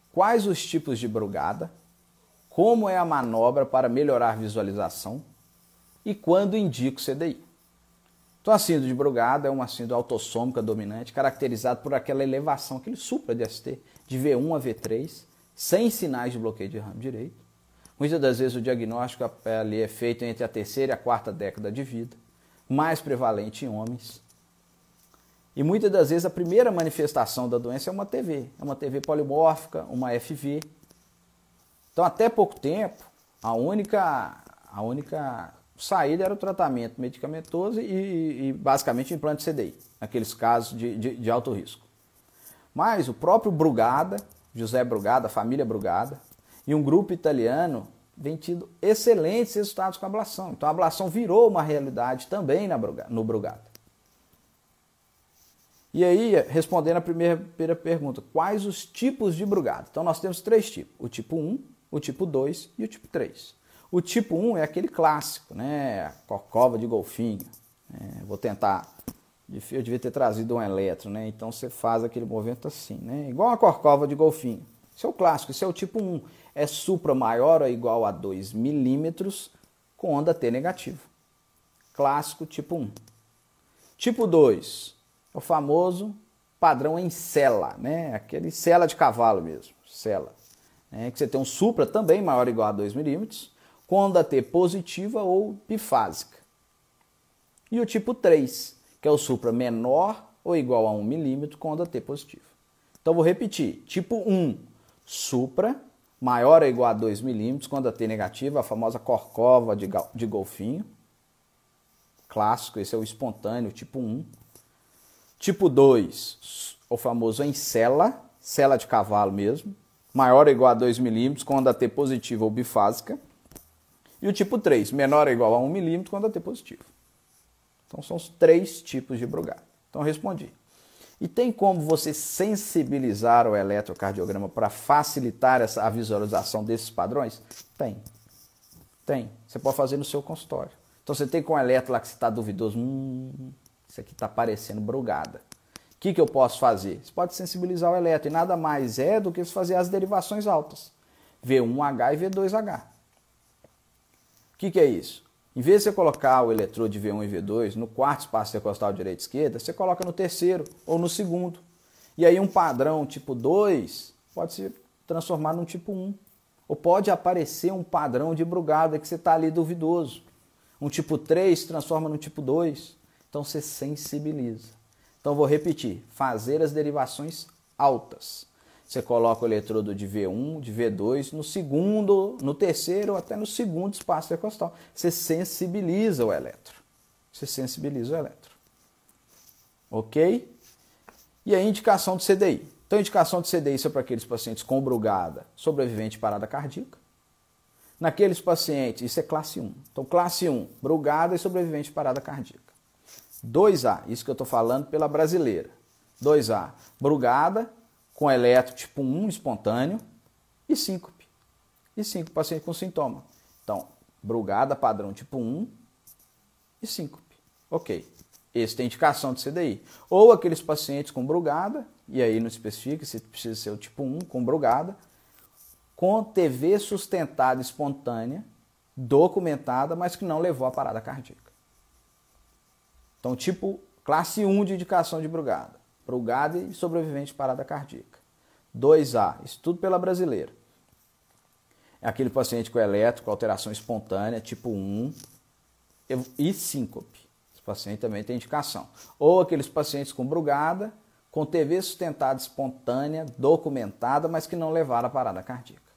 quais os tipos de brugada, como é a manobra para melhorar a visualização e quando indica o CDI. Então, a síndrome de Brugada é uma síndrome autossômica dominante, caracterizada por aquela elevação, aquele supra DST, de V1 a V3, sem sinais de bloqueio de ramo direito. Muitas das vezes o diagnóstico ali é feito entre a terceira e a quarta década de vida, mais prevalente em homens. E muitas das vezes a primeira manifestação da doença é uma TV polimórfica, uma FV. Então, até pouco tempo, a única saída era o tratamento medicamentoso e basicamente o implante CDI, naqueles casos de alto risco. Mas o próprio Brugada, José Brugada, a família Brugada, e um grupo italiano vem tido excelentes resultados com a ablação. Então a ablação virou uma realidade também no Brugada. E aí, respondendo a primeira pergunta, quais os tipos de Brugada? Então nós temos 3 tipos, o tipo 1, o tipo 2 e o tipo 3. O tipo 1 é aquele clássico, né? A corcova de golfinho. Vou tentar. Eu devia ter trazido um eletro, né? Então você faz aquele movimento assim, né? Igual uma corcova de golfinho. Esse é o clássico, esse é o tipo 1. É supra maior ou igual a 2 milímetros com onda T negativo. Clássico tipo 1. Tipo 2 é o famoso padrão em cela, né? Aquele cela de cavalo mesmo, cela. Que você tem um supra também maior ou igual a 2 milímetros, com onda T positiva ou bifásica. E o tipo 3, que é o supra menor ou igual a 1 milímetro com onda T positiva. Então vou repetir, tipo 1, supra maior ou igual a 2 milímetros com onda T negativa, a famosa corcova de golfinho. Clássico, esse é o espontâneo, tipo 1. Tipo 2, o famoso em cela de cavalo mesmo, maior ou igual a 2 milímetros com onda T positiva ou bifásica. E o tipo 3, menor ou igual a 1 milímetro com onda T positiva. Então são os 3 tipos de Brugada. Então eu respondi. E tem como você sensibilizar o eletrocardiograma para facilitar a visualização desses padrões? Tem. Você pode fazer no seu consultório. Então você tem com o eletro lá que você está duvidoso. Isso aqui está parecendo Brugada. O que eu posso fazer? Você pode sensibilizar o eletro. E nada mais é do que fazer as derivações altas. V1H e V2H. O que é isso? Em vez de você colocar o eletrodo de V1 e V2 no quarto espaço intercostal direita e esquerda, você coloca no terceiro ou no segundo. E aí um padrão tipo 2 pode se transformar num tipo 1. Ou pode aparecer um padrão de Brugada que você está ali duvidoso. Um tipo 3 se transforma num tipo 2. Então você sensibiliza. Então vou repetir, fazer as derivações altas. Você coloca o eletrodo de V1, de V2, no segundo, no terceiro ou até no segundo espaço intercostal. Você sensibiliza o eletro. Ok? E a indicação de CDI. Então, a indicação de CDI é para aqueles pacientes com Brugada, sobrevivente de parada cardíaca. Naqueles pacientes, isso é classe 1. Então, classe 1, Brugada e sobrevivente de parada cardíaca. 2A, isso que eu estou falando pela brasileira. 2A, Brugada com eletro tipo 1 espontâneo e síncope. E 5 pacientes com sintoma. Então, Brugada padrão tipo 1 e síncope. Ok. Esse tem indicação de CDI. Ou aqueles pacientes com Brugada, e aí não especifica se precisa ser o tipo 1 com Brugada, com TV sustentada espontânea, documentada, mas que não levou à parada cardíaca. Então, tipo classe 1 de indicação de Brugada. Brugada e sobrevivente de parada cardíaca. 2A, isso tudo pela brasileira. É aquele paciente com eletro, com alteração espontânea, tipo 1 e síncope. Esse paciente também tem indicação. Ou aqueles pacientes com Brugada, com TV sustentada espontânea, documentada, mas que não levaram à parada cardíaca.